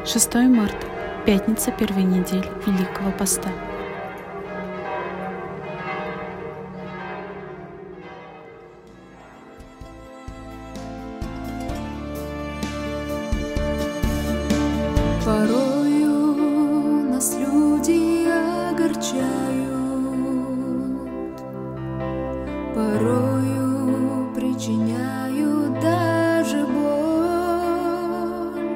6 марта, пятница первой недели Великого Поста. Порою нас люди огорчают, порою причиняют даже боль,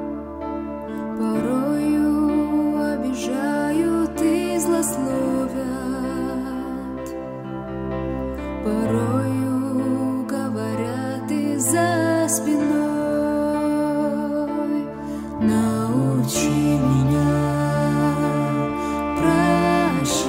порою обижают и злословят, порою говорят из-за спиной. Научи меня прощать,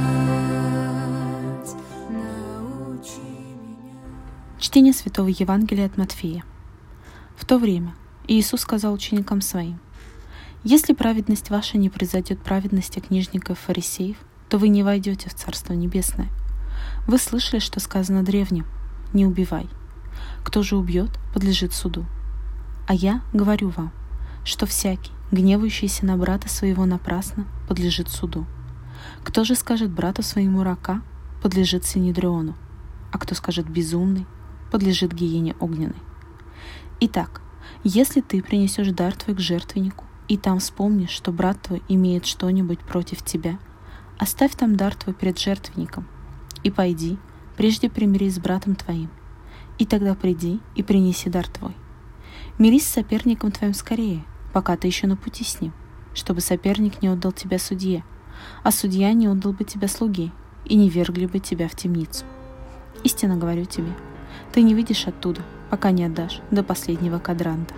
научи меня. Чтение Святого Евангелия от Матфея. В то время Иисус сказал ученикам Своим: «Если праведность ваша не превзойдет праведности книжников и фарисеев, то вы не войдете в Царство Небесное. Вы слышали, что сказано древним: не убивай. Кто же убьет, подлежит суду. А я говорю вам, что всякий, гневающийся на брата своего напрасно, подлежит суду. Кто же скажет брату своему рака, подлежит синедриону, а кто скажет безумный, подлежит гиене огненной. Итак, если ты принесешь дар твой к жертвеннику, и там вспомнишь, что брат твой имеет что-нибудь против тебя, оставь там дар твой перед жертвенником, и пойди, прежде примирись с братом твоим, и тогда приди и принеси дар твой. Мирись с соперником твоим скорее, пока ты еще на пути с ним, чтобы соперник не отдал тебя судье, а судья не отдал бы тебя слуге, и не вергли бы тебя в темницу. Истинно говорю тебе, ты не выйдешь оттуда, пока не отдашь до последнего квадранта».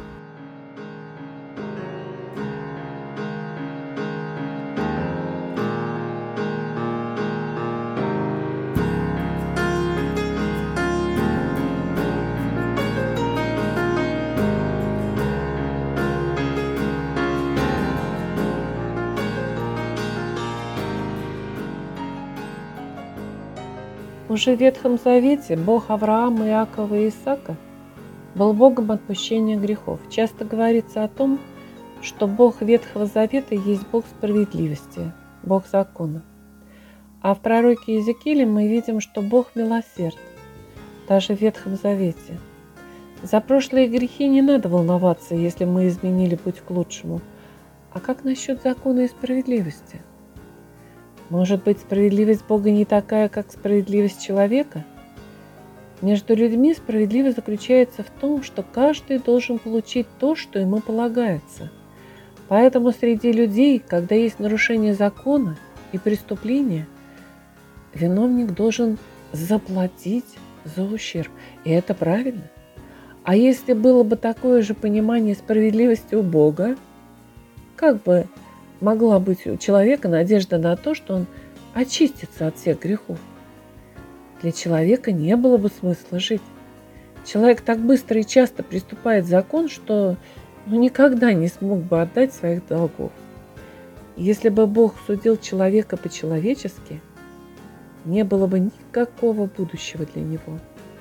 Уже в Ветхом Завете Бог Авраама, Иакова и Исаака был Богом отпущения грехов. Часто говорится о том, что Бог Ветхого Завета есть Бог справедливости, Бог закона. А в пророке Иезекииле мы видим, что Бог милосерд, даже в Ветхом Завете. За прошлые грехи не надо волноваться, если мы изменили путь к лучшему. А как насчет закона и справедливости? Может быть, справедливость Бога не такая, как справедливость человека? Между людьми справедливость заключается в том, что каждый должен получить то, что ему полагается. Поэтому среди людей, когда есть нарушение закона и преступление, виновник должен заплатить за ущерб. И это правильно. А если было бы такое же понимание справедливости у Бога, как бы могла быть у человека надежда на то, что он очистится от всех грехов? Для человека не было бы смысла жить. Человек так быстро и часто приступает закон, что никогда не смог бы отдать своих долгов. Если бы Бог судил человека по-человечески, не было бы никакого будущего для него.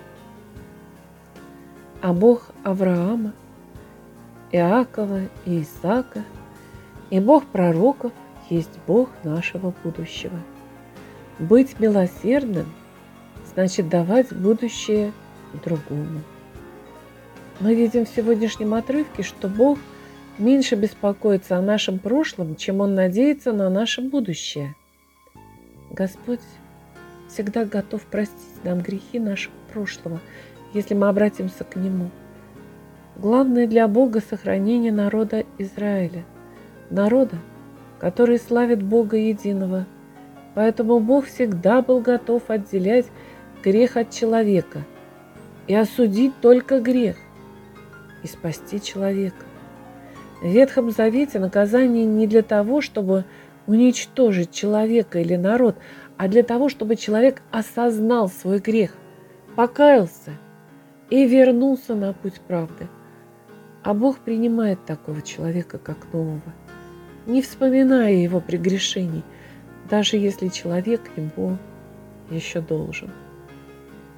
А Бог Авраама, Иакова и Исаака и Бог пророков есть Бог нашего будущего. Быть милосердным значит давать будущее другому. Мы видим в сегодняшнем отрывке, что Бог меньше беспокоится о нашем прошлом, чем Он надеется на наше будущее. Господь всегда готов простить нам грехи нашего прошлого, если мы обратимся к Нему. Главное для Бога – сохранение народа Израиля, народа, который славит Бога единого. Поэтому Бог всегда был готов отделять грех от человека и осудить только грех, и спасти человека. В Ветхом Завете наказание не для того, чтобы уничтожить человека или народ, а для того, чтобы человек осознал свой грех, покаялся и вернулся на путь правды. А Бог принимает такого человека как нового, не вспоминая его прегрешений, даже если человек ему еще должен.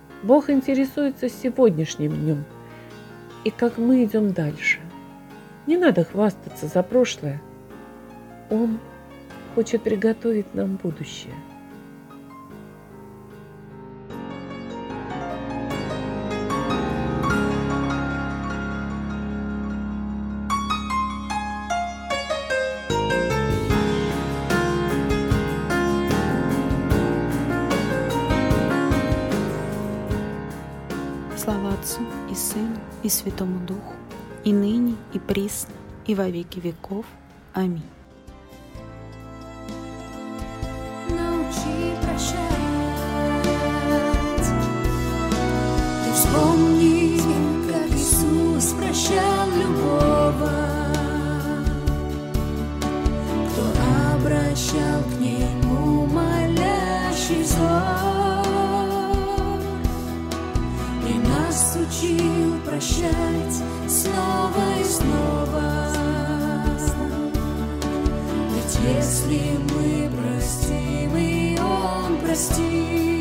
Бог интересуется сегодняшним днем и как мы идем дальше. Не надо хвастаться за прошлое. Он хочет приготовить нам будущее. Слава Отцу и Сыну и Святому Духу, и ныне, и присно, и во веки веков. Аминь. Научи прощать. Ты вспомни, как Иисус прощал любого, кто обращал к Нему молящий взор, и нас учил прощать снова и снова. Ведь если мы простим, и Он простит,